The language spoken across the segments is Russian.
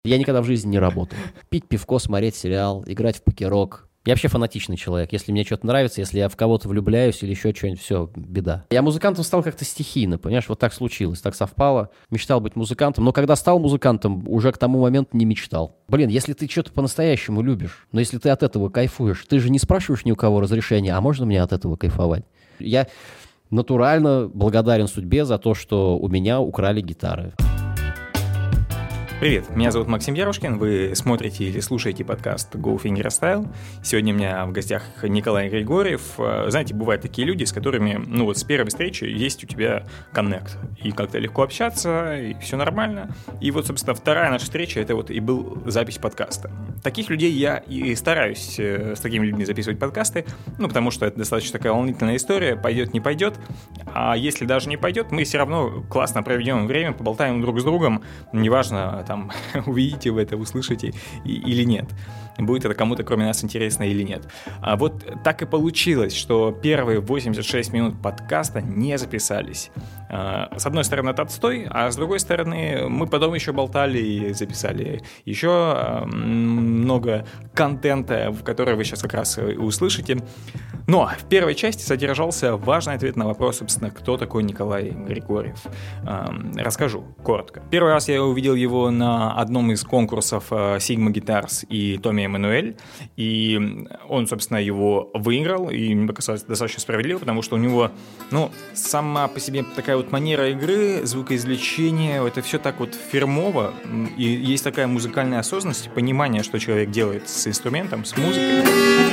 Я никогда в жизни не работал. Пить пивко, смотреть сериал, играть в покерок. Я вообще фанатичный человек. Если мне что-то нравится, если я в кого-то влюбляюсь или еще что-нибудь, все, беда. Я музыкантом стал как-то стихийно, понимаешь? Вот так случилось, так совпало. Мечтал быть музыкантом, но когда стал музыкантом, уже к тому моменту не мечтал. Блин, если ты что-то по-настоящему любишь, но если ты от этого кайфуешь, ты же не спрашиваешь ни у кого разрешения, а можно мне от этого кайфовать? Я натурально благодарен судьбе за то, что у меня украли гитары. Привет, меня зовут Максим Ярушкин, вы смотрите или слушаете подкаст Go Fingerstyle. Сегодня у меня в гостях Николай Григорьев. Знаете, бывают такие люди, с которыми, с первой встречи есть у тебя коннект. И как-то легко общаться, и все нормально. И вот, собственно, вторая наша встреча, это вот и был запись подкаста. Таких людей я и стараюсь с такими людьми записывать подкасты, потому что это достаточно такая волнительная история, пойдет, не пойдет. А если даже не пойдет, мы все равно классно проведем время, поболтаем друг с другом, неважно, там, увидите вы это, услышите или нет. Будет это кому-то кроме нас интересно или нет. А вот так и получилось, что первые 86 минут подкаста не записались. С одной стороны, это отстой, а с другой стороны, мы потом еще болтали и записали еще много контента, который вы сейчас как раз услышите. Но в первой части содержался важный ответ на вопрос, собственно, кто такой Николай Григорьев. Расскажу коротко. Первый раз я увидел его на одном из конкурсов Sigma Guitars и Tommy Emmanuel, и он, собственно, его выиграл, и мне показалось достаточно справедливо, потому что у него, сама по себе такая вот манера игры, звукоизвлечение, это все так вот фирмово, и есть такая музыкальная осознанность, понимание, что человек делает с инструментом, с музыкой.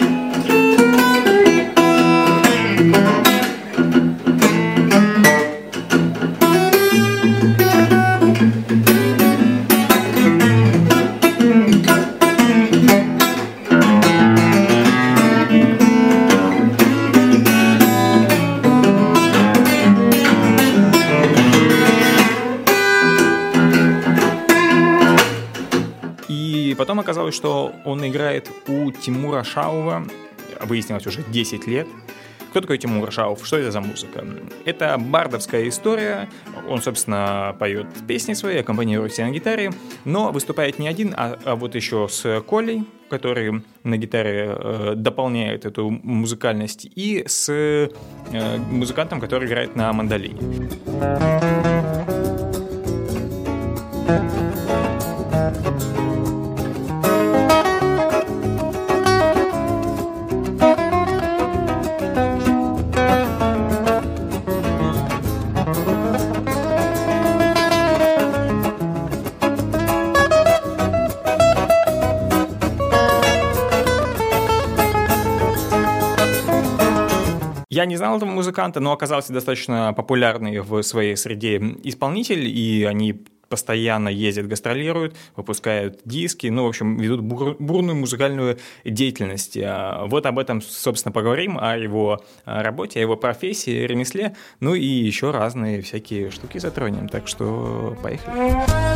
Потом оказалось, что он играет у Тимура Шаова, выяснилось уже 10 лет. Кто такой Тимур Шаов? Что это за музыка? Это бардовская история. Он, собственно, поет песни свои, аккомпанирует себе на гитаре, но выступает не один, а вот еще с Колей, который на гитаре дополняет эту музыкальность, и с музыкантом, который играет на мандолине. Я не знал этого музыканта, но оказался достаточно популярный в своей среде исполнитель, и они постоянно ездят, гастролируют, выпускают диски, в общем, ведут бурную музыкальную деятельность. Вот об этом, собственно, поговорим, о его работе, о его профессии, ремесле, и еще разные всякие штуки затронем. Так что поехали.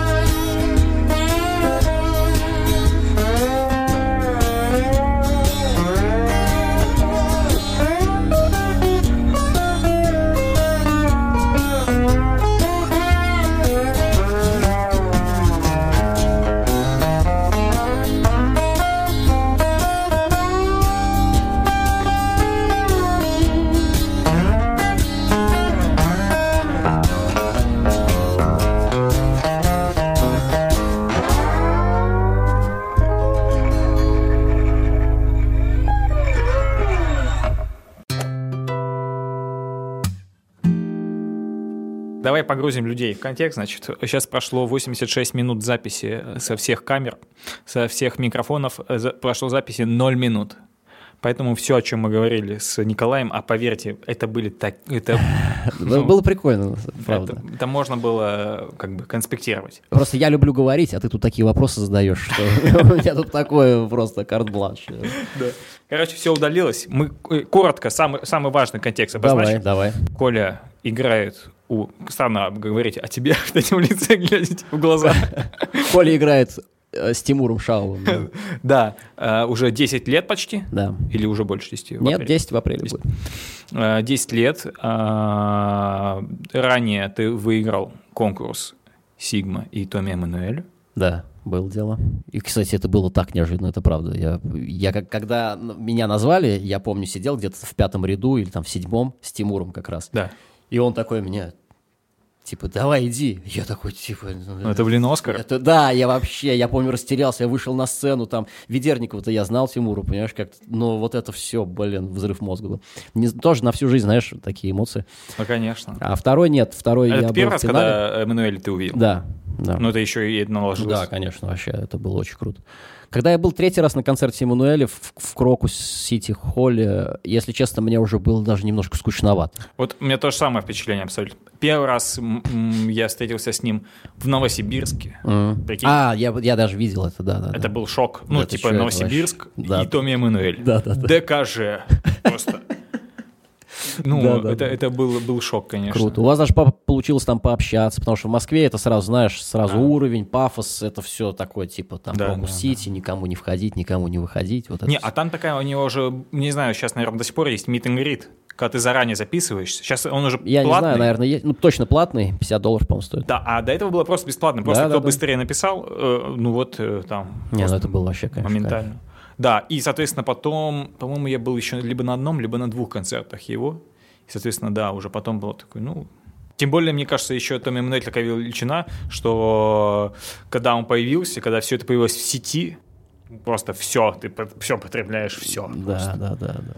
Давай погрузим людей в контекст. Значит, сейчас прошло 86 минут записи со всех камер, со всех микрофонов. Прошло записи 0 минут. Поэтому все, о чем мы говорили с Николаем, а поверьте, это были так... Было прикольно, правда. Это можно было конспектировать. Просто я люблю говорить, а ты тут такие вопросы задаешь, что у меня тут такое просто карт-бланш. Короче, все удалилось. Мы коротко, самый важный контекст обозначим. Давай. Коля играет у... Странно говорить о тебе в этим лице, глядите в глаза. Коля играет с Тимуром Шаовым. Да, уже 10 лет почти? Да. Или уже больше 10? Нет, 10 в апреле будет. 10 лет. Ранее ты выиграл конкурс Sigma и Tommy Emmanuel. Да. Было дело. И, кстати, это было так неожиданно, это правда. Когда меня назвали, я помню, сидел где-то в 5-м ряду или там в 7-м с Тимуром как раз. Да. И он такой меня, типа, давай иди. Я такой, типа... Это, блин, Оскар? Да, я помню, растерялся, я вышел на сцену, там, Ведерникова-то я знал Тимуру, понимаешь, как-то, но вот это все, блин, взрыв мозга был. Тоже на всю жизнь, знаешь, такие эмоции. Ну, конечно. А второй нет, второй я был в Это первый раз, финале. когда Эммануэля ты увидел? Да. Ну, это еще и наложилось. Да, конечно, вообще, это было очень круто. Когда я был 3-й раз на концерте Эммануэля в Крокус-Сити-Холле, если честно, мне уже было даже немножко скучновато. Вот у меня то же самое впечатление абсолютно. Первый раз я встретился с ним в Новосибирске. Прикинь? Я даже видел это, да. Это был шок. Ну, Это типа чё, Новосибирск это вообще? и Томми Эммануэль. Да. ДКЖ. Просто. Ну, Да. это был шок, конечно. Круто. У вас даже получилось там пообщаться, потому что в Москве это сразу, знаешь, уровень, пафос, это все такое, типа, там, Крокус-Сити, никому не входить, никому не выходить. Вот Не, это а там такая у него уже, не знаю, сейчас, наверное, до сих пор есть meet and greet, когда ты заранее записываешься. Сейчас он уже Я платный. не знаю, наверное, есть. Ну, точно платный, $50, по-моему, стоит. Да, а до этого было просто бесплатно. Просто Да, кто да. быстрее написал, ну вот там. Не, ну это было вообще, конечно, моментально. Да, и, соответственно, потом, по-моему, я был еще либо на одном, либо на 2 концертах его. И, соответственно, да, уже потом было такой, ну... Тем более, мне кажется, еще Томми Эммануэль такая величина, что когда он появился, когда все это появилось в сети, просто все, ты все потребляешь, все. Да.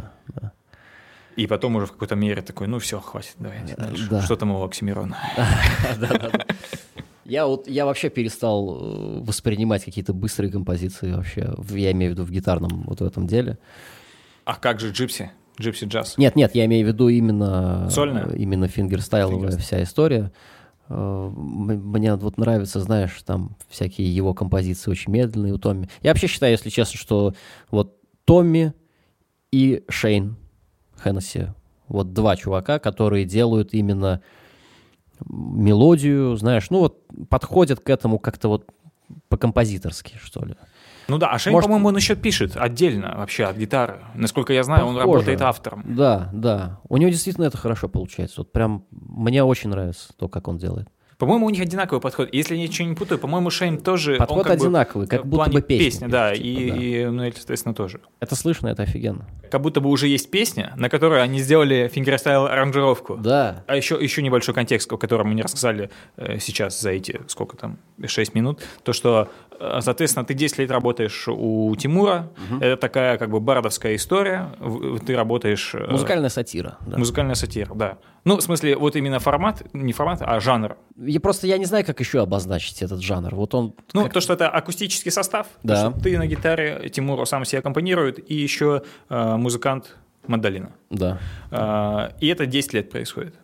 И потом уже в какой-то мере такой, ну все, хватит, давайте дальше. Да. Что там у Оксимирона? Да. Я вообще перестал воспринимать какие-то быстрые композиции вообще, я имею в виду в гитарном вот в этом деле. А как же Джипси? Джипси джаз? Нет, я имею в виду именно... Сольная? Именно фингерстайловая вся история. Мне вот нравится, знаешь, там всякие его композиции очень медленные у Томми. Я вообще считаю, если честно, что вот Томми и Шейн Хеннесси, вот 2 чувака, которые делают именно мелодию, знаешь, ну вот подходят к этому как-то вот по-композиторски, что ли. Ну да, а Шейн, по-моему, он еще пишет отдельно вообще от гитары. Насколько я знаю, он работает автором. Да. У него действительно это хорошо получается. Вот прям мне очень нравится то, как он делает. По-моему, у них одинаковый подход. Если я ничего не путаю, по-моему, Шейн тоже... Подход одинаковый, как будто бы песня. Да, типа, и ну, естественно, тоже. Это слышно, это офигенно. Как будто бы уже есть песня, на которой они сделали фингерстайл-аранжировку. Да. А еще небольшой контекст, о котором мы не рассказали сейчас за эти, 6 минут. То, что, соответственно, ты 10 лет работаешь у Тимура. Это такая как бы бардовская история. Ты работаешь... Музыкальная сатира. Да. Музыкальная сатира, да. Ну, в смысле, вот именно формат, не формат, а жанр. Я не знаю, как еще обозначить этот жанр. Вот он. Ну, то, что это акустический состав, да. То, что ты на гитаре, Тимур сам себе аккомпанирует, и еще музыкант мандолина. Да. И это 10 лет происходит.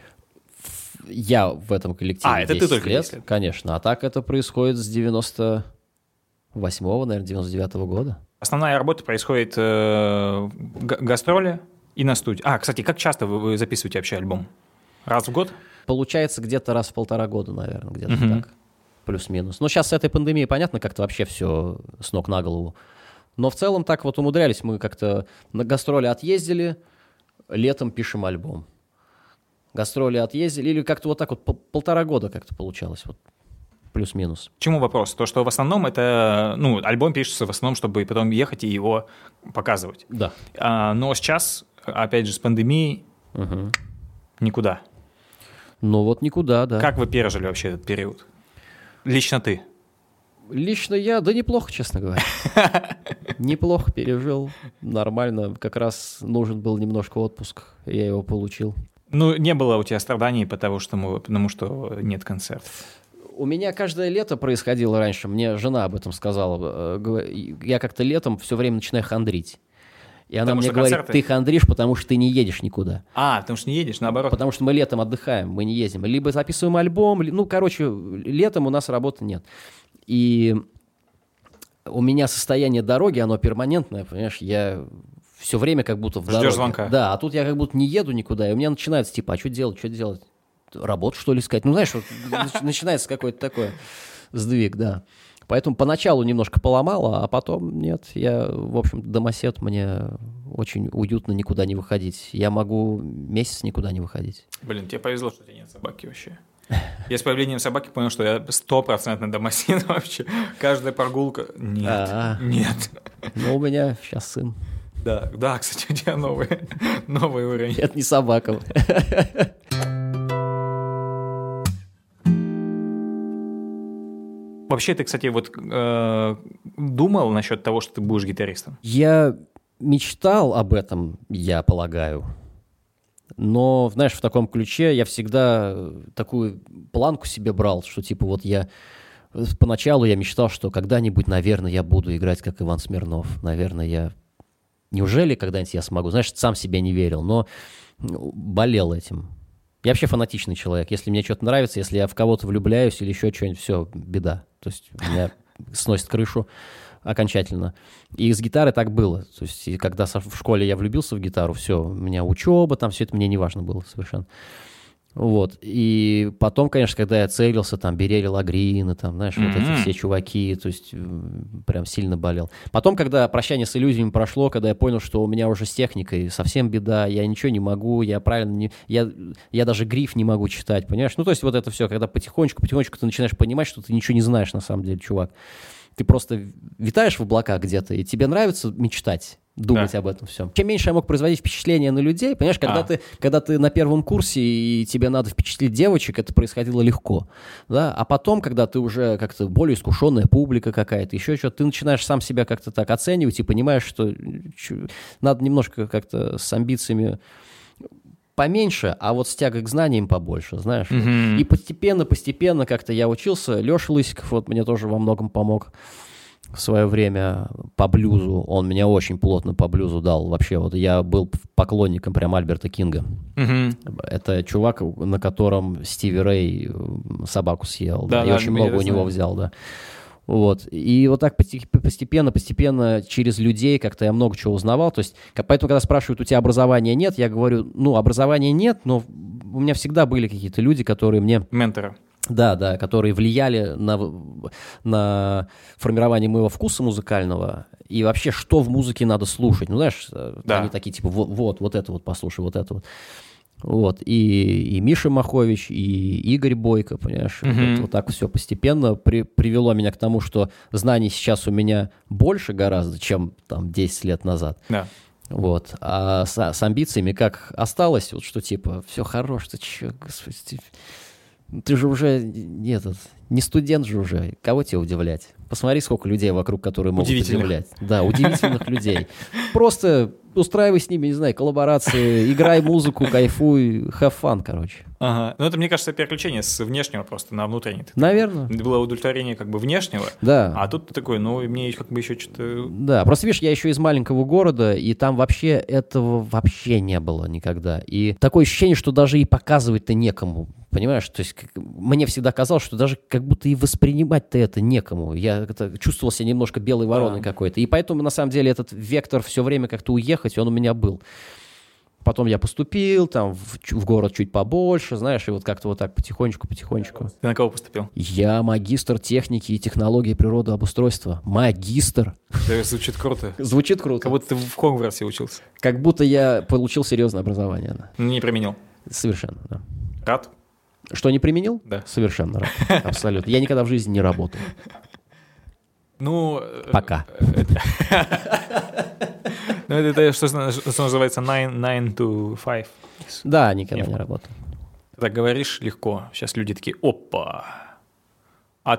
Я в этом коллективе. Это ты только 10 лет? Конечно. А так это происходит с 98-го, наверное, 99-го года. Основная работа происходит гастроли и на студии. Кстати, как часто вы записываете вообще альбом? Раз в год? Получается, где-то раз в 1,5 года, наверное, где-то так. Плюс-минус. Но сейчас с этой пандемией, понятно, как-то вообще все с ног на голову. Но в целом так вот умудрялись. Мы как-то на гастроли отъездили, летом пишем альбом. Гастроли отъездили, или как-то вот так вот 1,5 года как-то получалось. Вот. Плюс-минус. Чему вопрос? То, что в основном это... Ну, альбом пишется в основном, чтобы потом ехать и его показывать. Да. Но сейчас, опять же, с пандемией никуда. Ну вот никуда, да. Как вы пережили вообще этот период? Лично ты? Лично я, да неплохо, честно говоря. Неплохо пережил, нормально. Как раз нужен был немножко отпуск, я его получил. Ну, не было у тебя страданий потому что нет концертов? У меня каждое лето происходило раньше, мне жена об этом сказала. Я как-то летом все время начинаю хандрить. И она мне говорит, концерты? Ты хандришь, потому что ты не едешь никуда. Потому что не едешь, наоборот. Потому что мы летом отдыхаем, мы не ездим. Либо записываем альбом, летом у нас работы нет. И у меня состояние дороги, оно перманентное, понимаешь, я все время как будто в дороге. Ждешь звонка. Да, а тут я как будто не еду никуда, и у меня начинается типа, а что делать? Работу, что ли, искать? Ну, знаешь, вот начинается какой-то такой сдвиг, да. Поэтому поначалу немножко поломало, а потом нет. Я, в общем, домосед, мне очень уютно никуда не выходить. Я могу месяц никуда не выходить. Блин, тебе повезло, что у тебя нет собаки вообще. Я с появлением собаки понял, что я 100% домосин вообще. Каждая прогулка... Нет, нет. Ну, у меня сейчас сын. Да, кстати, у тебя новый уровень. Это не собака. Вообще, ты, кстати, вот думал насчет того, что ты будешь гитаристом? Я мечтал об этом, я полагаю. Но, знаешь, в таком ключе я всегда такую планку себе брал, что типа вот поначалу я мечтал, что когда-нибудь, наверное, я буду играть как Иван Смирнов. Наверное, неужели когда-нибудь я смогу? Знаешь, сам себе не верил, но болел этим. Я вообще фанатичный человек. Если мне что-то нравится, если я в кого-то влюбляюсь или еще что-нибудь, все, беда. То есть меня сносит крышу окончательно. И с гитарой так было. То есть и когда в школе я влюбился в гитару, все, у меня учеба, там все это мне не важно было совершенно. Вот. И потом, конечно, когда я целился, там, Берели Лагрины, там, знаешь, вот эти все чуваки, то есть прям сильно болел. Потом, когда прощание с иллюзиями прошло, когда я понял, что у меня уже с техникой совсем беда, я ничего не могу, я правильно не... Я даже гриф не могу читать, понимаешь? Ну, то есть вот это все, когда потихонечку ты начинаешь понимать, что ты ничего не знаешь на самом деле, чувак. Ты просто витаешь в облаках где-то, и тебе нравится мечтать, думать об этом всем. Чем меньше я мог производить впечатление на людей, понимаешь, когда ты на первом курсе, и тебе надо впечатлить девочек, это происходило легко, да, а потом, когда ты уже как-то более искушенная публика какая-то, еще что-то, ты начинаешь сам себя как-то так оценивать и понимаешь, что надо немножко как-то с амбициями поменьше, а вот с тягой к знаниям побольше, знаешь. И постепенно как-то я учился. Леша Лысиков вот мне тоже во многом помог в свое время по блюзу. Он меня очень плотно по блюзу дал. Вообще вот я был поклонником прям Альберта Кинга. Это чувак, на котором Стиви Рэй собаку съел. Да, и очень много у него взял, да. Вот. И вот так постепенно через людей как-то я много чего узнавал. То есть, поэтому, когда спрашивают, у тебя образования нет, я говорю, ну, образования нет, но у меня всегда были какие-то люди, которые мне... Менторы. Да, которые влияли на формирование моего вкуса музыкального и вообще, что в музыке надо слушать. Ну, знаешь, они такие, типа, вот это вот послушай, вот это вот. Вот, и Миша Махович, и Игорь Бойко, понимаешь, вот так все постепенно привело меня к тому, что знаний сейчас у меня больше гораздо, чем там 10 лет назад. Да. Вот, а с амбициями как осталось, вот что типа, все хорош, ты че, господи, ты же уже не студент же уже, кого тебе удивлять? Посмотри, сколько людей вокруг, которые могут удивлять. Да, удивительных людей. Просто устраивай с ними, не знаю, коллаборации, играй музыку, кайфуй, have fun, короче. Ага. Ну, это, мне кажется, переключение с внешнего просто на внутреннее. Наверное. Было удовлетворение как бы внешнего, да. А тут ты такой, ну, мне как бы еще что-то... Да, просто, видишь, я еще из маленького города, и там вообще этого вообще не было никогда. И такое ощущение, что даже и показывать-то некому, понимаешь? То есть мне всегда казалось, что даже как будто и воспринимать-то это некому. Я чувствовал себя немножко белой вороной какой-то. И поэтому, на самом деле, этот вектор все время как-то уехать, он у меня был. Потом я поступил, там, в город чуть побольше, знаешь, и вот как-то вот так потихонечку. Ты на кого поступил? Я магистр техники и технологии природообустройства. Магистр. Это звучит круто. Звучит круто. Как будто ты в Хогвартсе учился. Как будто я получил серьезное образование. Да. Не применил. Совершенно, да. Рад? Что, не применил? Да. Совершенно рад. Абсолютно. Я никогда в жизни не работал. Ну... Пока. Ну, это что называется 9 to 5. Да, никогда не работал. Ты так говоришь легко. Сейчас люди такие, опа. А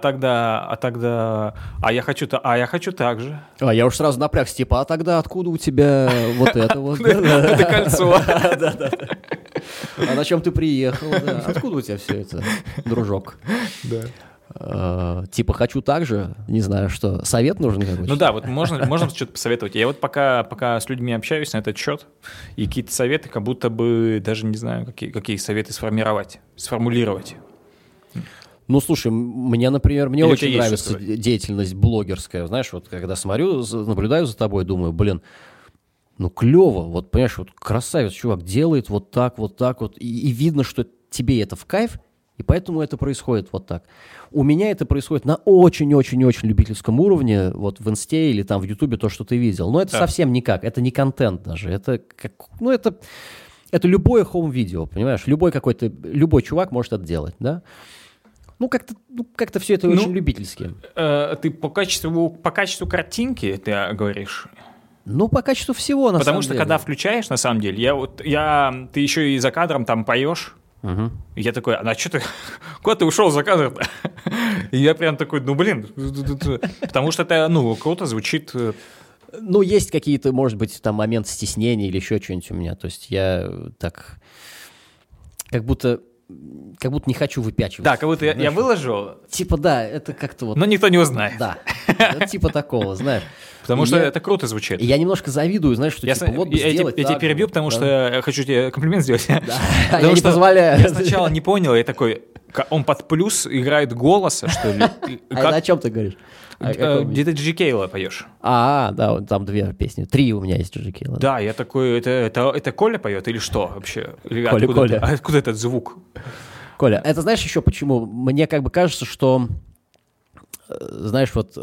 я хочу так же. А я уж сразу напрягся, типа, а тогда откуда у тебя вот это вот? Это кольцо. Да. А на чем ты приехал? Откуда у тебя все это, дружок? Да. Типа, хочу так же, не знаю, что, совет нужен какой-то? Ну да, вот можно что-то посоветовать. Я вот пока с людьми общаюсь на этот счет, и какие-то советы, как будто бы даже не знаю, какие советы сформулировать. Ну, слушай, мне очень нравится деятельность блогерская. Знаешь, вот когда смотрю, наблюдаю за тобой, думаю, блин, ну клево, вот понимаешь, вот красавец, чувак, делает вот так вот, и видно, что тебе это в кайф, и поэтому это происходит вот так. У меня это происходит на очень-очень-очень любительском уровне, вот в Инсте или там в Ютубе то, что ты видел. Но это совсем никак, это не контент даже. Это как, это любое хоум-видео, понимаешь? Любой чувак может это делать, да? Как-то все это очень любительски. Ты по качеству картинки, ты говоришь? По качеству всего, на самом деле. Потому что, когда включаешь, на самом деле, ты еще и за кадром там поешь, и я такой, что ты, куда ты ушел за кадр-то? И я прям такой, потому что это, круто звучит. Есть какие-то, может быть, там моменты стеснения или еще что-нибудь у меня. То есть я так, как будто не хочу выпячиваться. Да, как будто я выложил. Типа, да, это как-то вот... Но никто не узнает. Да, это типа такого, знаешь. Потому что это круто звучит. Я немножко завидую, знаешь, что я тебя перебью, потому что я хочу тебе комплимент сделать. Да, я не позволяю. Я сначала не понял, я такой, он под плюс играет голоса, что ли? А о чем ты говоришь? Где ты Джи Кейла поешь? Да, там 2 песни. 3 у меня есть Джи Кейла. Да, я такой, это Коля поет или что вообще? Коля. Откуда этот звук? Коля, это знаешь еще почему? Мне как бы кажется, что, знаешь, вот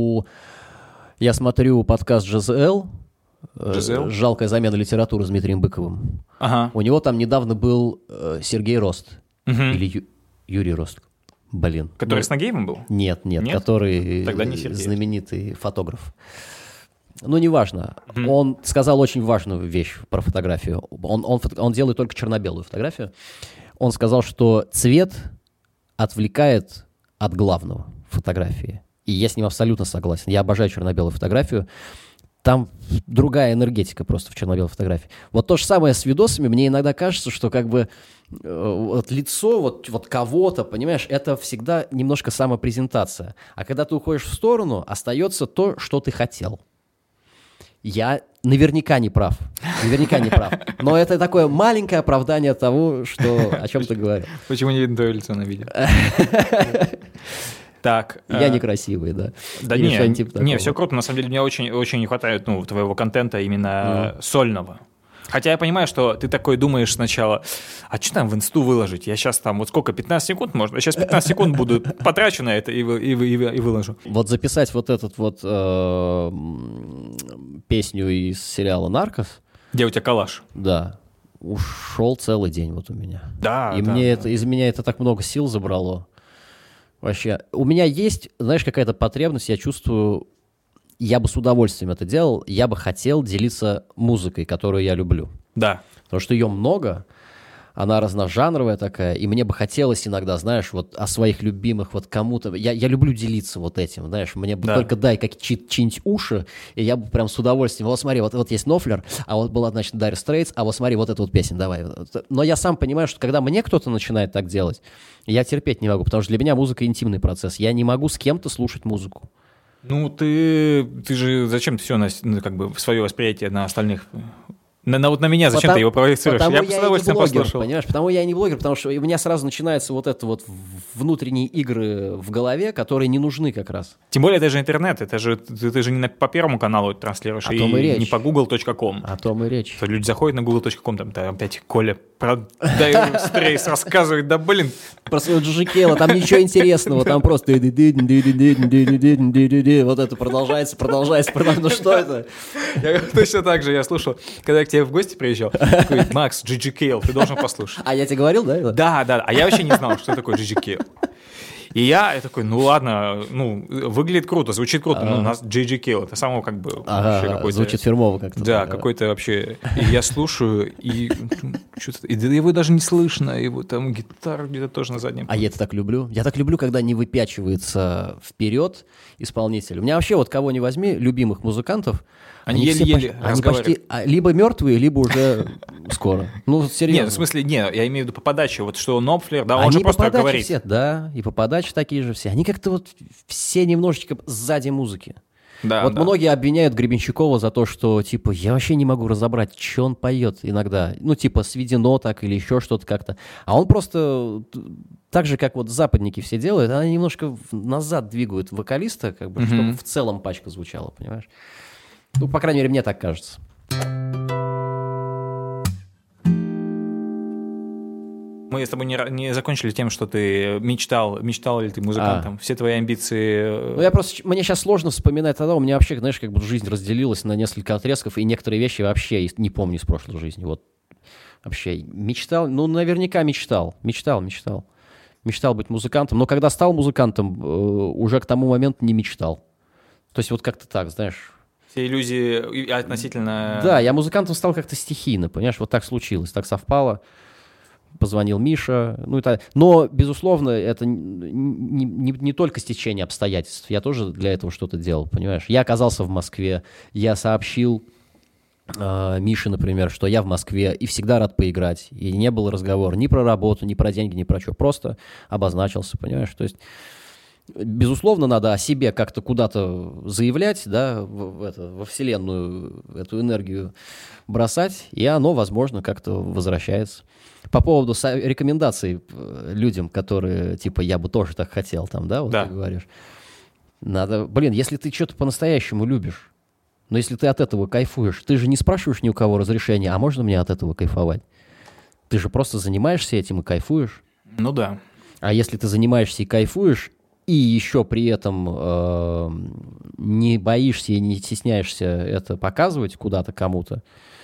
я смотрю подкаст ЖЗЛ, «Жалкая замена литературы» с Дмитрием Быковым. Ага. У него там недавно был Сергей Рост. Или Юрий Рост. Блин. Который с Нагиевым был? Нет, который знаменитый фотограф. Неважно. Он сказал очень важную вещь про фотографию. Он делает только черно-белую фотографию. Он сказал, что цвет отвлекает от главного фотографии. И я с ним абсолютно согласен. Я обожаю черно-белую фотографию. Там другая энергетика просто в черно-белой фотографии. Вот то же самое с видосами. Мне иногда кажется, что как бы вот лицо вот кого-то, понимаешь, это всегда немножко самопрезентация. А когда ты уходишь в сторону, остается то, что ты хотел. Я наверняка не прав. Но это такое маленькое оправдание того, о чем ты говорил. Почему не видно твое лицо на видео? Так. Я некрасивый, да. Да не, все круто. На самом деле мне очень, очень не хватает твоего контента именно сольного. Хотя я понимаю, что ты такой думаешь сначала, а что там в инсту выложить? Я сейчас там, вот сколько, 15 секунд можно? Я сейчас 15 секунд буду потрачу на это и выложу. Вот записать вот этот вот песню из сериала «Наркос». Где у тебя коллаж? Да. Ушел целый день вот у меня. Да, и из меня это так много сил забрало. Вообще, у меня есть, знаешь, какая-то потребность, я чувствую, я бы с удовольствием это делал, я бы хотел делиться музыкой, которую я люблю. Да. Потому что ее много, она разножанровая такая, и мне бы хотелось иногда, знаешь, вот о своих любимых вот кому-то, я люблю делиться вот этим, знаешь, мне бы только дай чьи-нибудь уши, и я бы прям с удовольствием, вот смотри, вот есть Нофлер, а вот была, значит, Dire Straits, а вот смотри, вот эту вот песню, давай. Но я сам понимаю, что когда мне кто-то начинает так делать, я терпеть не могу, потому что для меня музыка интимный процесс, я не могу с кем-то слушать музыку. Ты же зачем ты все как бы свое восприятие на остальных... Вот на меня зачем ты его проецируешь? Я бы с удовольствием послушал. Понимаешь, потому я и не блогер, потому что у меня сразу начинаются вот это вот внутренние игры в голове, которые не нужны как раз. Тем более это же интернет, ты же не по Первому каналу транслируешь, и не по google.com. О том и речь. Люди заходят на google.com, там опять Коля про Dire Straits рассказывает, да блин. Про своего Джи Кейла, там ничего интересного, там просто вот это продолжается, ну что это? Точно так же я слушал, когда я к тебе в гости приезжал, такой, Макс, Джи Кейл, ты должен послушать. А я тебе говорил, да? Да, а я вообще не знал, что такое Джи Кейл. И я такой, ладно, выглядит круто, звучит круто, но у нас Джи Кейл, это само как бы какой-то... Звучит фирмово как-то. Да, какой-то вообще... И я слушаю, и что-то... И его даже не слышно, его там гитара где-то тоже на заднем. А я это так люблю. Я так люблю, когда не выпячивается вперед исполнитель. У меня вообще вот кого ни возьми, любимых музыкантов, они еле-еле разговаривают. Они почти либо мертвые, либо уже скоро. Серьезно. Нет, в смысле, я имею в виду по подаче. Вот что Нопфлер, да, он же просто говорит. Все, да, и по подаче такие же все. Они как-то вот все немножечко сзади музыки. Да, вот многие обвиняют Гребенщикова за то, что, типа, я вообще не могу разобрать, что он поет иногда. сведено так или еще что-то как-то. А он просто, так же, как вот западники все делают, они немножко назад двигают вокалиста, как бы, чтобы в целом пачка звучала, понимаешь? По крайней мере, мне так кажется. Мы с тобой не закончили тем, что ты мечтал ли ты музыкантом. Все твои амбиции... Мне сейчас сложно вспоминать тогда. У меня вообще, знаешь, как бы жизнь разделилась на несколько отрезков, и некоторые вещи вообще не помню из прошлой жизни. Вот. Вообще, мечтал, ну, наверняка мечтал. Мечтал быть музыкантом, но когда стал музыкантом, уже к тому моменту не мечтал. То есть вот как-то так, знаешь. Все иллюзии относительно... Да, я музыкантом стал как-то стихийно, понимаешь, вот так случилось, так совпало. Позвонил Миша, ну и так. Но, безусловно, это не только стечение обстоятельств. Я тоже для этого что-то делал, понимаешь. Я оказался в Москве, я сообщил Мише, например, что я в Москве и всегда рад поиграть. И не было разговора ни про работу, ни про деньги, ни про что. Просто обозначился, понимаешь. То есть, безусловно, надо о себе как-то куда-то заявлять, да, во Вселенную эту энергию бросать, и оно, возможно, как-то возвращается. По поводу рекомендаций людям, которые, типа, я бы тоже так хотел, там, да, вот да. ты говоришь. Надо, блин, если ты что-то по-настоящему любишь, но если ты от этого кайфуешь, ты же не спрашиваешь ни у кого разрешения, а можно мне от этого кайфовать? Ты же просто занимаешься этим и кайфуешь. Ну да. А если ты занимаешься и кайфуешь, и еще при этом не боишься и не стесняешься это показывать куда-то кому-то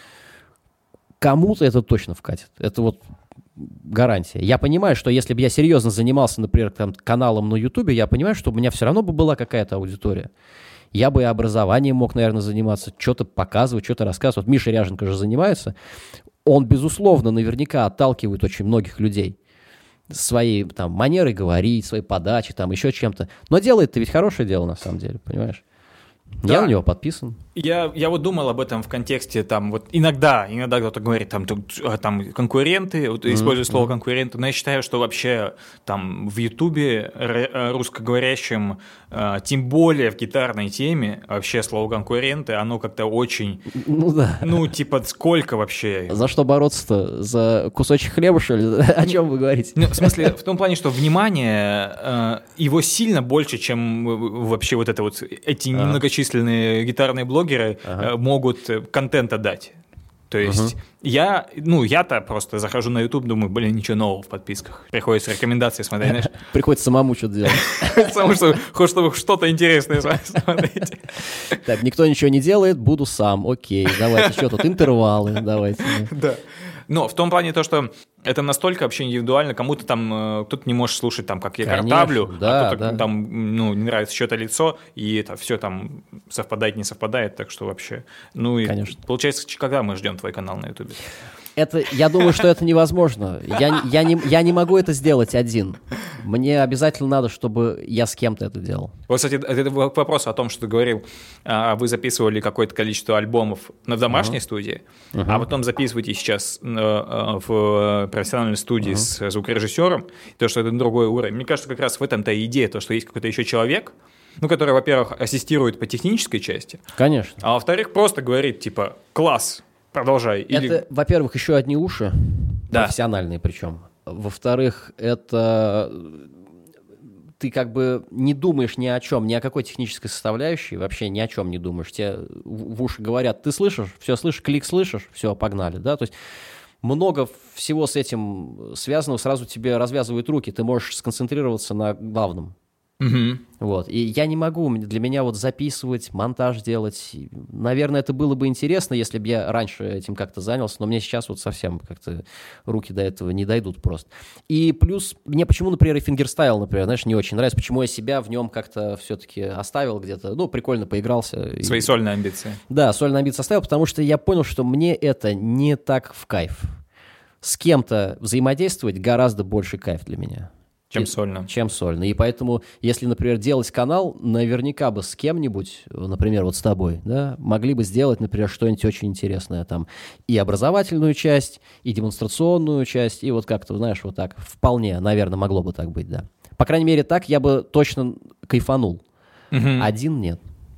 это точно вкатит. Это вот гарантия. Я понимаю, что если бы я серьезно занимался, например, там, каналом на Ютубе, я понимаю, что у меня все равно бы была какая-то аудитория. Я бы и образованием мог, наверное, заниматься, что-то показывать, что-то рассказывать. Вот Миша Ряженко же занимается. Он, безусловно, наверняка отталкивает очень многих людей своей там манерой говорить, своей подачей, там еще чем-то. Но делает-то ведь хорошее дело, на самом деле, понимаешь? Да. Я на него подписан. Я вот думал об этом в контексте, там, вот иногда кто-то говорит, там конкуренты, вот, используя слово конкуренты, но я считаю, что вообще там в Ютубе русскоговорящем, тем более в гитарной теме, вообще слово конкуренты, оно как-то очень, ну, типа, сколько вообще? За что бороться-то? За кусочек хлеба, что ли? О чем вы говорите? Ну, в смысле, в том плане, что внимание, его сильно больше, чем вообще вот это вот, эти немногочисленные гитарные блогеры могут контента дать. То есть я-то просто захожу на YouTube, думаю, блин, ничего нового в подписках. Приходится рекомендации смотреть, знаешь. Приходится самому что-то делать. Потому что чтобы что-то интересное смотреть. Так, никто ничего не делает, буду сам, окей. Давайте, что тут, интервалы, давайте. Да. Но в том плане то, что это настолько вообще индивидуально, кому-то там, кто-то не может слушать, там, как я картавлю, да, а кто-то там, ну, не нравится чье-то лицо, и это все там совпадает, не совпадает, так что вообще, ну, и получается, когда мы ждем твой канал на Ютубе? Я думаю, что это невозможно. Я не могу это сделать один. Мне обязательно надо, чтобы я с кем-то это делал. Вот, кстати, это к вопросу о том, что ты говорил, вы записывали какое-то количество альбомов в домашней студии, а потом записываете сейчас в профессиональной студии с звукорежиссером, то, что это другой уровень. Мне кажется, как раз в этом-то и идея, то, что есть какой-то еще человек, ну, который, во-первых, ассистирует по технической части, конечно, а во-вторых, просто говорит, типа, класс, продолжай. Это, во-первых, еще одни уши, профессиональные причем. Во-вторых, это ты как бы не думаешь ни о чем, ни о какой технической составляющей, вообще ни о чем не думаешь. Тебе в уши говорят, ты слышишь, все слышишь, клик слышишь, все, погнали, да, то есть много всего с этим связанного, сразу тебе развязывают руки, ты можешь сконцентрироваться на главном. Вот. И я не могу, для меня вот записывать, монтаж делать, наверное, это было бы интересно, если бы я раньше этим как-то занялся, но мне сейчас вот совсем как-то руки до этого не дойдут просто. И плюс, мне почему, например, и фингерстайл, например, знаешь, не очень нравится, почему я себя в нем как-то все-таки оставил где-то, ну, прикольно поигрался. Свои сольные амбиции. Да, сольные амбиции оставил, потому что я понял, что мне это не так в кайф. С кем-то взаимодействовать гораздо больше кайф для меня. Чем сольно. Чем сольно. И поэтому, если, например, делать канал, наверняка бы с кем-нибудь, например, вот с тобой, да, могли бы сделать, например, что-нибудь очень интересное. Там и образовательную часть, и демонстрационную часть, и вот как-то, знаешь, вот так. Вполне, наверное, могло бы так быть, да. По крайней мере, так я бы точно кайфанул. Один нет.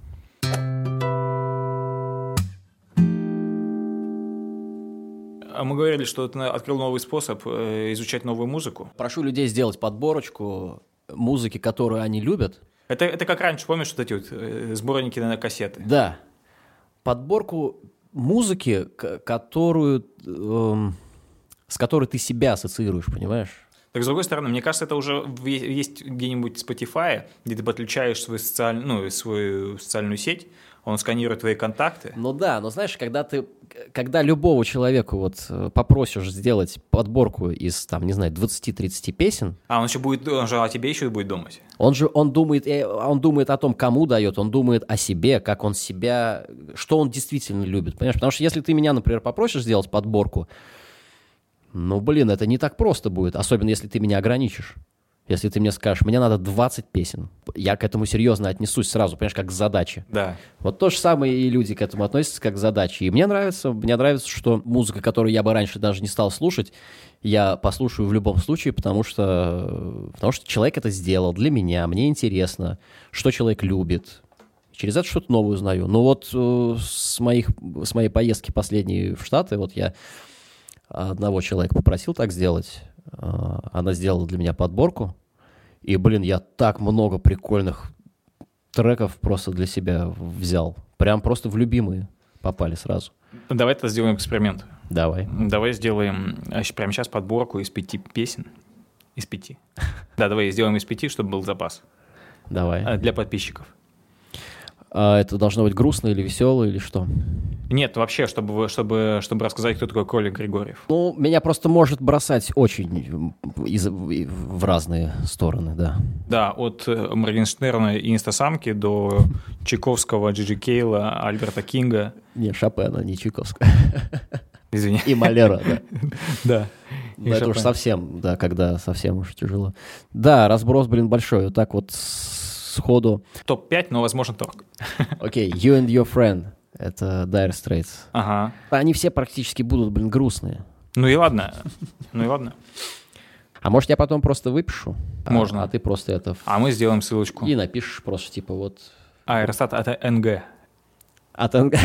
Мы говорили, что ты открыл новый способ изучать новую музыку. Прошу людей сделать подборочку музыки, которую они любят. Это как раньше, помнишь, вот эти вот сборники на кассеты? Да. Подборку музыки, с которой ты себя ассоциируешь, понимаешь? Так, с другой стороны, мне кажется, это уже есть где-нибудь в Spotify, где ты подключаешь свою социальную сеть, он сканирует твои контакты. Ну да, но знаешь, когда любого человека вот попросишь сделать подборку из, там, не знаю, 20-30 песен... Он же о тебе еще и будет думать. Он думает о том, кому дает, он думает о себе, как он себя, что он действительно любит, понимаешь? Потому что если ты меня, например, попросишь сделать подборку, ну, блин, это не так просто будет, особенно если ты меня ограничишь. Если ты мне скажешь, мне надо 20 песен, я к этому серьезно отнесусь сразу, понимаешь, как к задаче. Да. Вот то же самое и люди к этому относятся как к задаче. И мне нравится, что музыка, которую я бы раньше даже не стал слушать, я послушаю в любом случае, потому что человек это сделал для меня, мне интересно, что человек любит. Через это что-то новое узнаю. Но вот с моей поездки последней в Штаты, вот я одного человека попросил так сделать. Она сделала для меня подборку. И, блин, я так много прикольных треков просто для себя взял. Прям просто в любимые попали сразу. Давай тогда сделаем эксперимент. Давай. Давай сделаем прямо сейчас подборку из 5 песен. Из 5. Да, давай сделаем из 5, чтобы был запас. Давай. Для подписчиков. Это должно быть грустно или весело, или что? Нет, вообще, чтобы рассказать, кто такой Коля Григорьев. Ну, меня просто может бросать очень в разные стороны, да. Да, от Моргенштерна и Инстасамки до Чайковского, Джиджи Кейла, Альберта Кинга. Не, Шопена, не Чайковского. Извини. И Малера, да. Да. Но это уж совсем, да, когда совсем уж тяжело. Да, разброс, блин, большой. Вот так вот сходу. Топ-5, но, возможно, торг. Окей, You and Your Friend. Это Dire Straits. Ага. Они все практически будут, блин, грустные. Ну и ладно. А может, я потом просто выпишу? Можно. А ты просто это... А мы сделаем ссылочку. И напишешь просто, типа, вот... Аэростат от НГ. От НГ.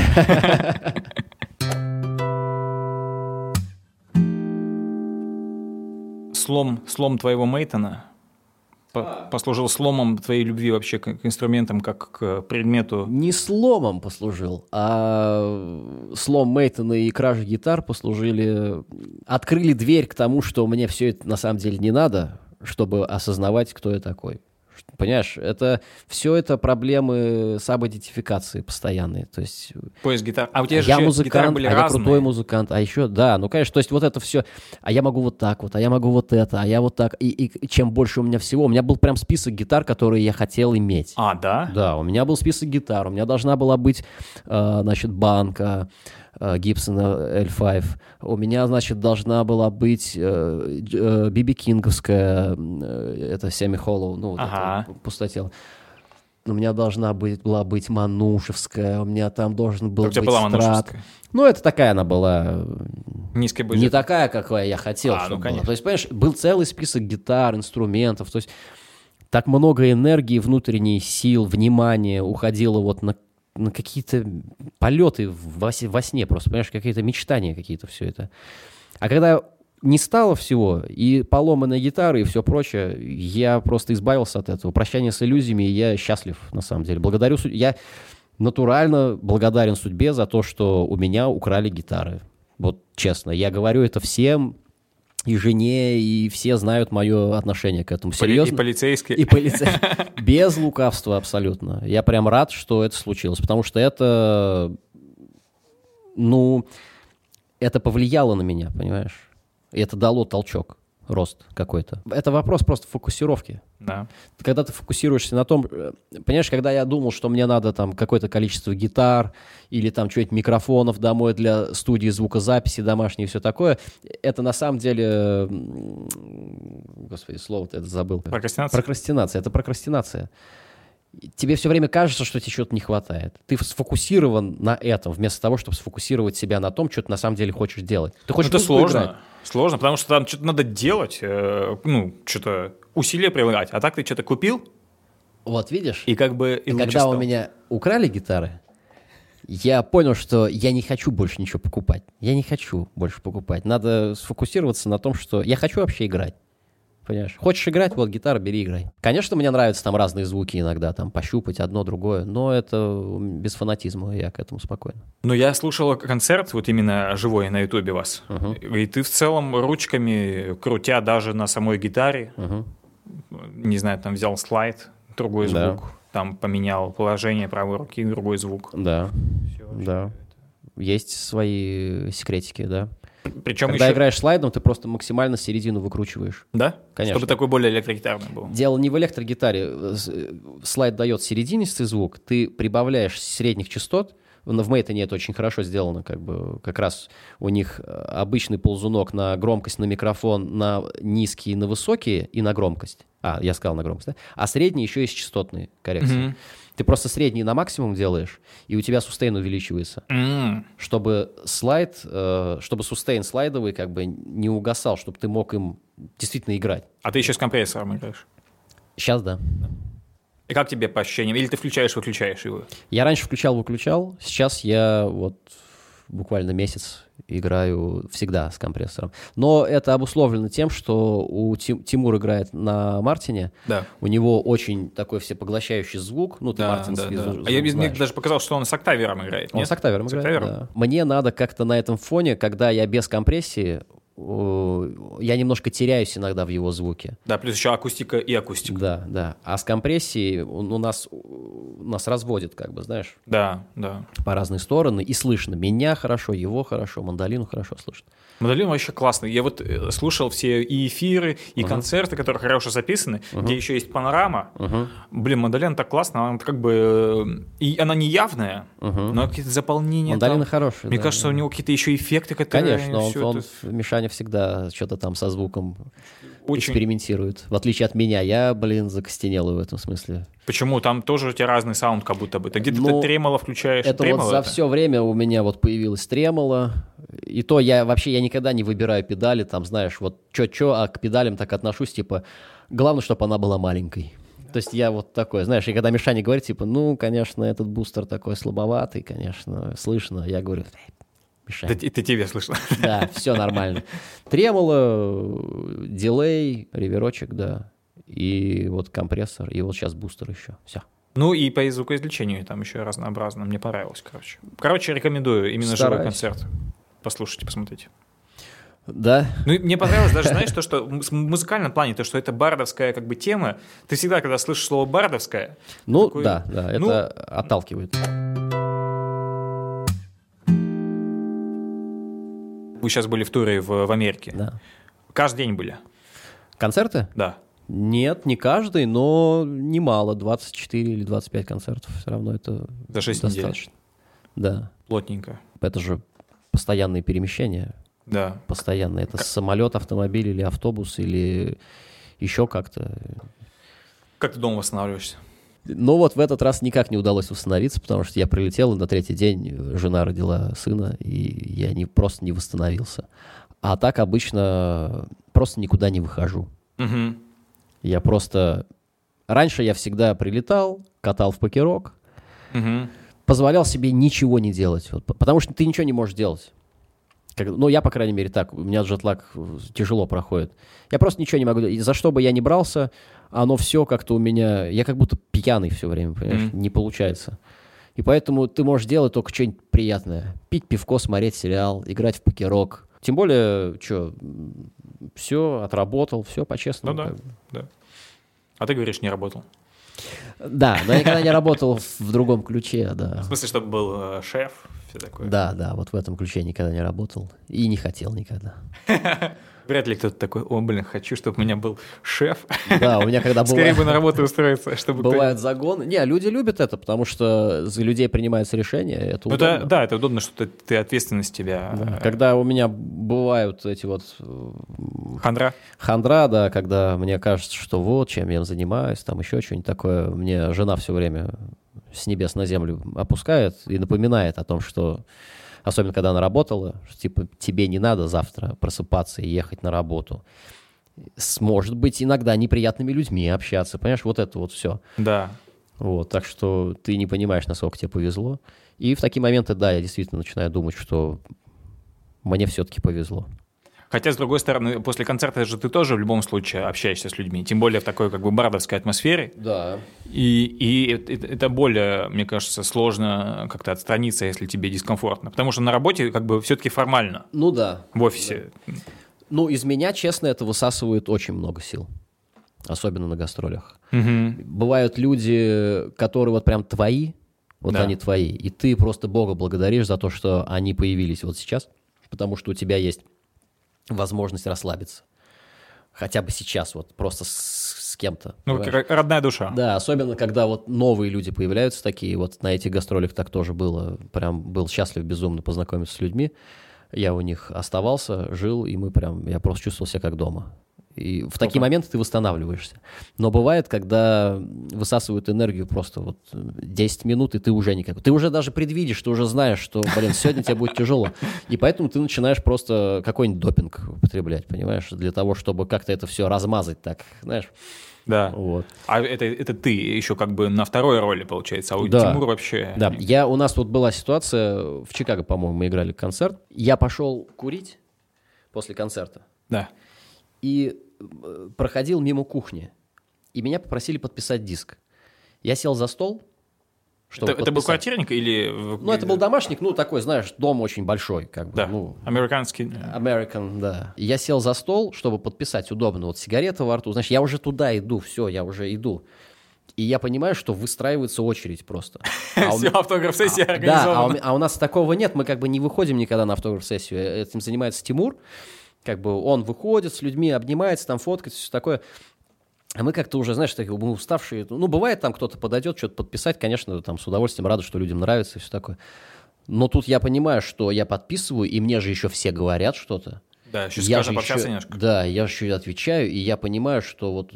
Слом твоего Мейтона послужил сломом твоей любви вообще к инструментам, как к предмету? Не сломом послужил, а слом Мейтона и кража гитар открыли дверь к тому, что мне все это на самом деле не надо, чтобы осознавать, кто я такой. Понимаешь, все это проблемы самоидентификации постоянные. То есть, поиск гитар. А у тебя же я гитары музыкант, были я разные. крутой музыкант, а еще, да, ну, конечно, то есть вот это все, а я могу вот так вот, а я могу вот это, а я вот так, и чем больше у меня всего, у меня был прям список гитар, которые я хотел иметь. А, да? Да, у меня был список гитар, у меня должна была быть, значит, банка, Gibson L5. У меня, значит, должна была быть Биби Кинговская, это Семи Холлоу, ну, вот это пустотел. У меня была быть Манушевская, у меня там должен был быть Страт. Ну, это такая она была. Низкая бюджет. Не такая, какая я хотел, чтобы ну, конечно. была. То есть, понимаешь, был целый список гитар, инструментов. То есть, так много энергии, внутренней сил, внимания уходило вот на какие-то полеты во сне просто, понимаешь, какие-то мечтания какие-то, все это. А когда не стало всего, и поломанные гитары, и все прочее, я просто избавился от этого. Прощание с иллюзиями, и я счастлив, на самом деле. Я натурально благодарен судьбе за то, что у меня украли гитары. Вот честно, я говорю это всем, и жене, и все знают мое отношение к этому. Серьезно. И полицейские. И полицейские. Без лукавства абсолютно. Я прям рад, что это случилось, потому что это, это повлияло на меня, понимаешь? И это дало толчок, рост какой-то. Это вопрос просто фокусировки. Да. Когда ты фокусируешься на том, понимаешь, когда я думал, что мне надо там какое-то количество гитар или там что-нибудь микрофонов домой для студии звукозаписи домашней и все такое, это на самом деле, господи, слово-то это забыл. Прокрастинация. Это прокрастинация. Тебе все время кажется, что тебе чего-то не хватает. Ты сфокусирован на этом, вместо того, чтобы сфокусировать себя на том, что ты на самом деле хочешь делать. Ты хочешь это сложно. Играть. Сложно, потому что там что-то надо делать, что-то усилия прилагать. А так ты что-то купил? Вот видишь? И как бы... И когда у меня украли гитары, я понял, что я не хочу больше ничего покупать. Я не хочу больше покупать. Надо сфокусироваться на том, что я хочу вообще играть. понимаешь? Хочешь играть, вот гитара, бери, играй. Конечно, мне нравятся там разные звуки иногда, там пощупать одно, другое, но это без фанатизма, я к этому спокойно. Ну, я слушал концерт, вот именно живой на Ютубе вас, и ты в целом ручками, крутя даже на самой гитаре, не знаю, там взял слайд, другой звук, там поменял положение правой руки, другой звук. Да, да. Есть свои секретики, да. Причем когда еще... играешь слайдом, ты просто максимально середину выкручиваешь. Да? Конечно. Чтобы такой более электрогитарный был. Дело не в электрогитаре. Слайд дает серединистый звук, ты прибавляешь средних частот. В Мейтоне это очень хорошо сделано, как раз у них обычный ползунок на громкость, на микрофон, на низкие, на высокие и на громкость. Я сказал на громкость, да? А средние еще есть частотные коррекции. Ты просто средний на максимум делаешь, и у тебя сустейн увеличивается. Чтобы сустейн слайдовый не угасал, чтобы ты мог им действительно играть. А ты еще с компрессором играешь? Сейчас да. И как тебе по ощущениям? Или ты включаешь-выключаешь его? Я раньше включал-выключал, сейчас я вот буквально месяц играю всегда с компрессором. Но это обусловлено тем, что Тимур играет на Мартине, у него очень такой всепоглощающий звук, ты мартинский звук. Мне даже показалось, что он с октавером играет. Он с октавером играет, да. Мне надо как-то на этом фоне, когда я без компрессии, я немножко теряюсь иногда в его звуке. Да, плюс еще акустика и акустика. Да. А с компрессией у нас разводит, знаешь. Да. По разные стороны. И слышно меня хорошо, его хорошо, мандолину хорошо слышно. Мандолин вообще классный. Я вот слушал все и эфиры, и концерты, которые хорошо записаны, где еще есть панорама. Блин, мандолин так классно, она и она не явная, но какие-то заполнения. Мандолины хорошие. Мне кажется, у него какие-то еще эффекты, которые... Конечно, он Мишаня всегда что-то там со звуком экспериментирует. В отличие от меня, я, закостенел в этом смысле. Почему? Там тоже у тебя разный саунд как будто бы. Ты где-то тремоло включаешь. Это вот за все время у меня появилось тремоло. И то я никогда не выбираю педали, там, знаешь, а к педалям так отношусь, главное, чтобы она была маленькой. То есть я такой, знаешь, и когда Мишаня говорит, конечно, этот бустер такой слабоватый, конечно, слышно, я говорю... Это тебе слышно. Да, все нормально. Тремоло, дилей, реверочек, да. И компрессор, и сейчас бустер еще. Все. Ну и по звукоизвлечению там еще разнообразно. Мне понравилось, короче. Рекомендую именно живой концерт. Послушайте, посмотрите. Да. Ну и мне понравилось даже, знаешь, что в музыкальном плане, то, что это бардовская тема. Ты всегда, когда слышишь слово бардовская... это отталкивает. Вы сейчас были в туре в Америке. Да. Каждый день были? Концерты? Да. Нет, не каждый, но немало. 24 или 25 концертов. Все равно это за 6 достаточно. Недель. Да. Плотненько. Это же постоянные перемещения. Да. Постоянно. Это самолет, автомобиль или автобус, или еще как-то. Как ты дома восстанавливаешься? Ну в этот раз никак не удалось восстановиться, потому что я прилетел, и на третий день жена родила сына, и я просто не восстановился. А так обычно просто никуда не выхожу. Угу. Я просто... Раньше я всегда прилетал, катал в покерок, позволял себе ничего не делать, потому что ты ничего не можешь делать. Я, по крайней мере, так. У меня джетлаг тяжело проходит. Я просто ничего не могу делать. За что бы я ни брался, оно все как-то у меня... Я как будто пьяный все время, понимаешь? Не получается. И поэтому ты можешь делать только что-нибудь приятное. Пить пивко, смотреть сериал, играть в покерок. Тем более, все, отработал, все по-честному. Да. А ты говоришь, не работал? Да, но я никогда не работал в другом ключе, да. В смысле, чтобы был шеф, все такое? Да, в этом ключе никогда не работал и не хотел никогда. Вряд ли кто-то такой, хочу, чтобы у меня был шеф. Да, у меня когда скорее бы на работу устроиться, чтобы... Бывают загоны. Не, люди любят это, потому что за людей принимаются решения, это удобно. Да, это удобно, что ты ответственность тебя... Да. Когда у меня бывают эти Хандра, да, когда мне кажется, что чем я занимаюсь, там еще что-нибудь такое, мне жена все время с небес на землю опускает и напоминает о том, что... Особенно, когда она работала, что, тебе не надо завтра просыпаться и ехать на работу. Может быть, иногда неприятными людьми общаться. Понимаешь, это все. Да. Так что ты не понимаешь, насколько тебе повезло. И в такие моменты, да, я действительно начинаю думать, что мне все-таки повезло. Хотя, с другой стороны, после концерта же ты тоже в любом случае общаешься с людьми, тем более в такой как бы бардовской атмосфере. Да. И это более, мне кажется, сложно как-то отстраниться, если тебе дискомфортно. Потому что на работе как бы все-таки формально. Ну да. В офисе. Да. Ну, из меня, честно, это высасывает очень много сил. Особенно на гастролях. Угу. Бывают люди, которые вот прям твои, вот Да. они твои, и ты просто Бога благодаришь за то, что они появились вот сейчас, потому что у тебя есть возможность расслабиться. Хотя бы сейчас вот просто с кем-то. Ну, понимаешь? как родная душа. Да, особенно когда вот новые люди появляются такие, вот на этих гастролях так тоже было, прям был счастлив безумно познакомиться с людьми, я у них оставался, жил, и я просто чувствовал себя как дома. И в такие моменты ты восстанавливаешься. Но бывает, когда высасывают энергию просто вот 10 минут, и ты уже никак. Ты уже даже предвидишь, ты уже знаешь, что, сегодня тебе будет тяжело. И поэтому ты начинаешь просто какой-нибудь допинг употреблять, понимаешь, для того, чтобы как-то это все размазать так, знаешь. Да. Вот. А это ты еще как бы на второй роли, получается, а у Да. Тимура вообще... Да, у нас вот была ситуация, в Чикаго, по-моему, мы играли концерт. Я пошел курить после концерта. Да. И проходил мимо кухни, и меня попросили подписать диск. Я сел за стол, чтобы Это был квартирник или... Ну, это был домашник, такой, знаешь, дом очень большой. Да, американский. American, да. И я сел за стол, чтобы подписать удобно. Вот сигарета во рту. Значит, я уже туда иду, все, я уже иду. И я понимаю, что выстраивается очередь просто. Все, автограф-сессия организована. Да, а у нас такого нет, мы как бы не выходим никогда на автограф-сессию. Этим занимается Тимур. Как бы он выходит с людьми, обнимается, там фоткается, все такое. А мы как-то уже, знаешь, такие, мы уставшие. Ну, бывает, там кто-то подойдет, что-то подписать, конечно, там с удовольствием рады, что людям нравится и все такое. Но тут я понимаю, что я подписываю, и мне же еще все говорят что-то. Да, еще скажешь пообщаться немножко. Да, я еще отвечаю, и я понимаю, что вот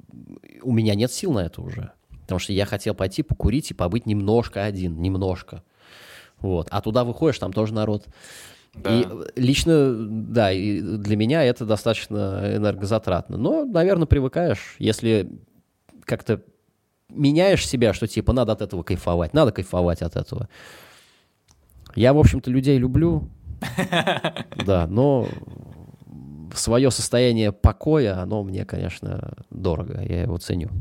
у меня нет сил на это уже. Потому что я хотел пойти покурить и побыть немножко один, немножко. Вот. А туда выходишь, там тоже народ. Да. И лично, да, и для меня это достаточно энергозатратно. Но, наверное, привыкаешь, если как-то меняешь себя, что типа надо от этого кайфовать, надо кайфовать от этого. Я, в общем-то, людей люблю, да, но свое состояние покоя, оно мне, конечно, дорого, я его ценю.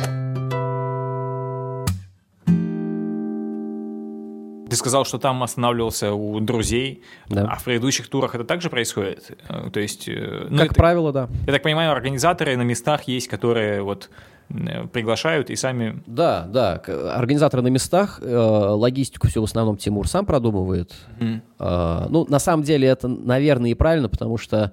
Ты сказал, что там останавливался у друзей, да. А в предыдущих турах это также происходит? То есть, как правило, да. Я так понимаю, организаторы на местах есть, которые вот приглашают и сами... Да, организаторы на местах, логистику все в основном Тимур сам продумывает. На самом деле это, наверное, и правильно, потому что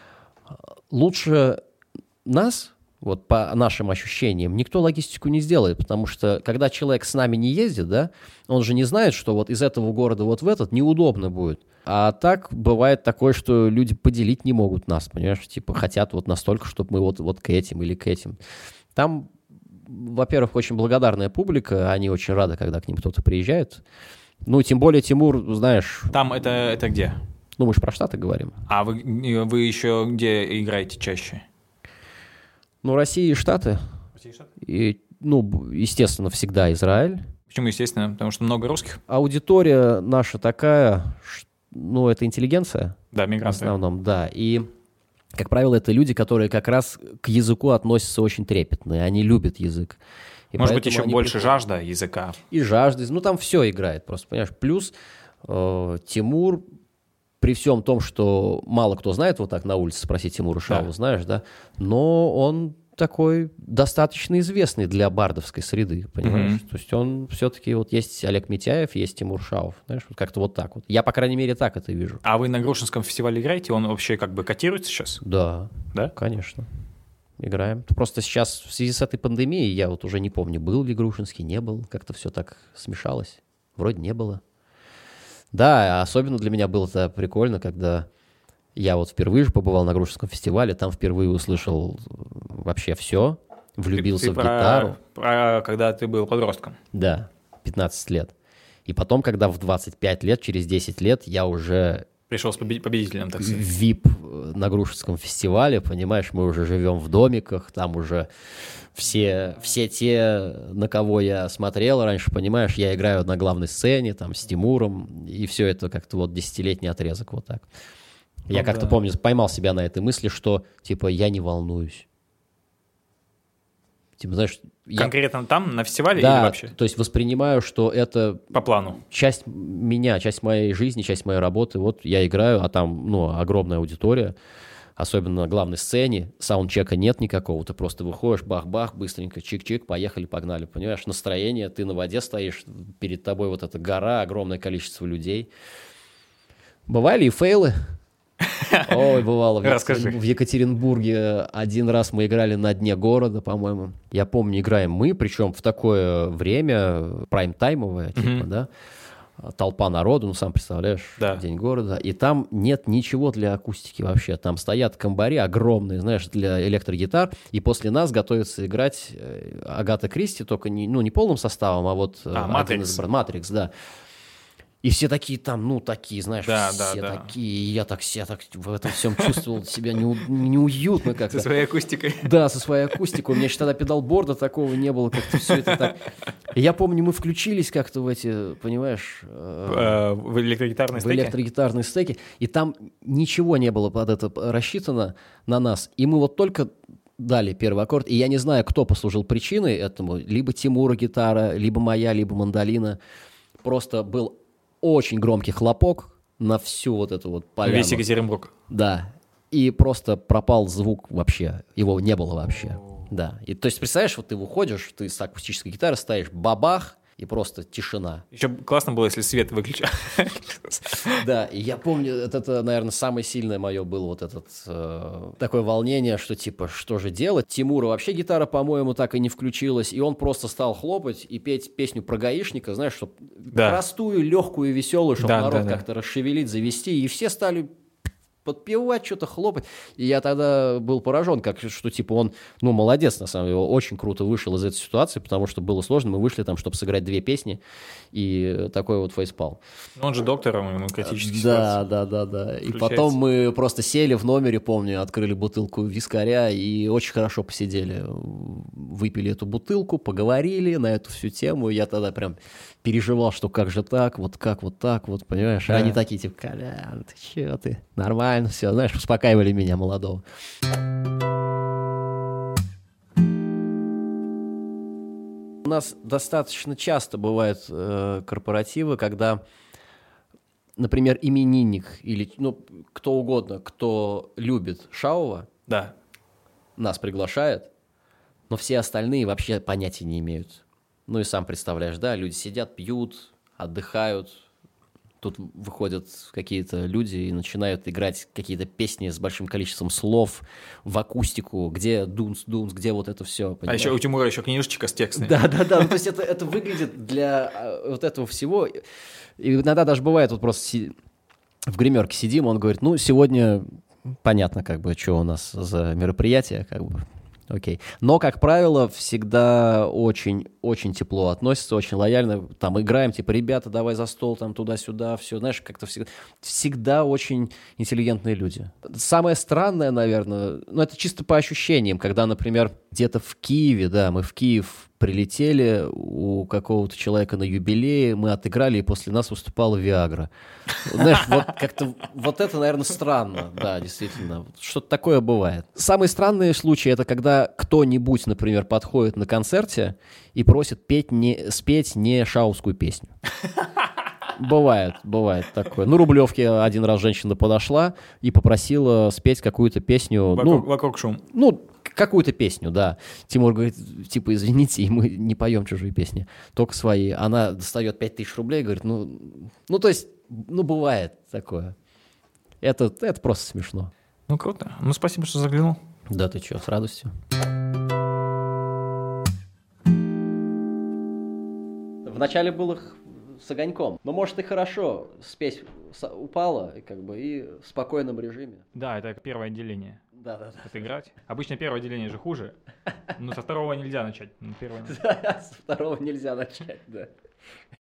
лучше нас... Вот по нашим ощущениям, никто логистику не сделает, потому что когда человек с нами не ездит, да, он же не знает, что вот из этого города вот в этот неудобно будет. А так бывает такое, что люди поделить не могут нас, понимаешь, типа хотят вот настолько, чтобы мы вот к этим или к этим. Там, во-первых, очень благодарная публика, они очень рады, когда к ним кто-то приезжает. Ну, тем более Тимур, знаешь... Там это где? Ну, мы же про Штаты говорим. А вы еще где играете чаще? Ну, Россия и Штаты. И, естественно, всегда Израиль. Почему естественно? Потому что много русских? Аудитория наша такая, это интеллигенция. Да, мигранты. В основном, да. И, как правило, это люди, которые как раз к языку относятся очень трепетно, и они любят язык. И может быть, еще больше жажда языка. И жажда. Там все играет просто, понимаешь. Плюс Тимур... При всем том, что мало кто знает, вот так на улице спросить Тимура Шаова, знаешь, да, но он такой достаточно известный для бардовской среды, понимаешь? То есть он все-таки, вот есть Олег Митяев, есть Тимур Шаов, знаешь, вот как-то вот так вот. Я, по крайней мере, так это вижу. А вы на Грушинском фестивале играете? Он вообще как бы котируется сейчас? Да, конечно. Играем. Просто сейчас в связи с этой пандемией, я вот уже не помню, был ли Грушинский, не был, как-то все так смешалось. Вроде не было. Да, особенно для меня было это прикольно, когда я вот впервые же побывал на Грушинском фестивале, там впервые услышал вообще все, влюбился в гитару. Про когда ты был подростком. Да, 15 лет. И потом, когда в 25 лет, через 10 лет, я уже... Пришел с победителем, так сказать. VIP на Грушинском фестивале, понимаешь, мы уже живем в домиках, там уже все те, на кого я смотрел раньше, понимаешь, я играю на главной сцене, там, с Тимуром, и все это как-то вот 10-летний отрезок вот так. Я как-то помню, поймал себя на этой мысли, что, типа, я не волнуюсь. Типа, знаешь, Конкретно там, на фестивале да, или вообще? то есть воспринимаю, что это По плану. часть меня, часть моей жизни, часть моей работы. Вот я играю, а там, ну, огромная аудитория, особенно на главной сцене, саундчека нет никакого, ты просто выходишь, бах-бах, быстренько, чик-чик, поехали, погнали, понимаешь, настроение, ты на воде стоишь, перед тобой вот эта гора, огромное количество людей. Бывали и фейлы. Ой, бывало. Расскажи. В Екатеринбурге один раз мы играли на дне города, по-моему. Я помню, играем мы, причем в такое время прайм-таймовое, типа, да, толпа народу, ну, сам представляешь, Да. день города, и там нет ничего для акустики вообще. Там стоят комбари огромные, знаешь, для электрогитар, и после нас готовится играть Агата Кристи, только не полным составом, а вот Матрикс, да. И все такие там, ну, такие, знаешь, все такие, и я так в этом всем чувствовал себя неуютно как-то. Со своей акустикой. Да, со своей акустикой. У меня еще тогда педалборда такого не было, как-то все это так. И я помню, мы включились как-то в эти, понимаешь... В электрогитарные стеки? В электрогитарные стеки, и там ничего не было под это рассчитано на нас. И мы вот только дали первый аккорд, и я не знаю, кто послужил причиной этому, либо Тимура гитара, либо моя, либо мандолина. Просто был очень громкий хлопок на всю вот эту вот поляну. Весь Екатеринбург. Да. И просто пропал звук вообще. Его не было вообще. Да. И, то есть, представляешь, вот ты выходишь, ты с акустической гитары ставишь бабах, и просто тишина. Еще классно было, если свет выключил. Да, и я помню, это, наверное, самое сильное мое было вот такое волнение, что типа, что же делать? Тимура вообще гитара, по-моему, так и не включилась, и он просто стал хлопать и петь песню про гаишника, знаешь, чтобы простую, легкую, веселую, чтобы народ как-то расшевелить, завести, и все стали подпевать, что-то хлопать. И я тогда был поражен, что типа он, ну, молодец, на самом деле, очень круто вышел из этой ситуации, потому что было сложно. Мы вышли там, чтобы сыграть 2 песни, и такой вот фейспал. Он же доктором, ему критические ситуации. Да. И потом мы просто сели в номере, помню, открыли бутылку вискаря и очень хорошо посидели. Выпили эту бутылку, поговорили на эту всю тему. Я тогда прям переживал, что как же так, вот так, вот, понимаешь? Да. А они такие, типа, Колян, ты че, ты? Нормально все, знаешь, успокаивали меня, молодого. У нас достаточно часто бывают корпоративы, когда, например, именинник или кто угодно, кто любит Шаова, да, нас приглашает, но все остальные вообще понятия не имеют. Ну и сам представляешь, да, люди сидят, пьют, отдыхают. Тут выходят какие-то люди и начинают играть какие-то песни с большим количеством слов в акустику, где дунс, где вот это все. Понимаешь? А еще у Тимура еще книжечка с текстами. Да. Ну, то есть это выглядит для вот этого всего. И иногда даже бывает, вот просто в гримерке сидим, он говорит, ну, сегодня понятно, как бы, что у нас за мероприятие, как бы. Окей. Но, как правило, всегда очень тепло относятся, очень лояльно. Там играем, типа, ребята, давай за стол, там, туда-сюда, все. Знаешь, как-то всегда очень интеллигентные люди. Самое странное, наверное, это чисто по ощущениям, когда, например, где-то в Киеве, да, мы в Киев прилетели, у какого-то человека на юбилее, мы отыграли, и после нас выступала Виагра. Знаешь, вот как-то, вот это, наверное, странно, да, действительно. Что-то такое бывает. Самые странные случаи, это когда кто-нибудь, например, подходит на концерте и просит спеть не шаовскую песню. Бывает такое. Ну, Рублевке один раз женщина подошла и попросила спеть какую-то песню. Вокруг шум. Какую-то песню, да. Тимур говорит, типа, извините, и мы не поем чужие песни, только свои. Она достает 5000 рублей и говорит, то есть, бывает такое. Это просто смешно. Ну, круто. Ну, спасибо, что заглянул. Да ты что, с радостью. Вначале был их с огоньком. Но, может, и хорошо, спесь упала, и в спокойном режиме. Да, это первое отделение. Да. Отыграть. Обычно первое отделение же хуже, но со второго нельзя начать. Со второго нельзя начать, да.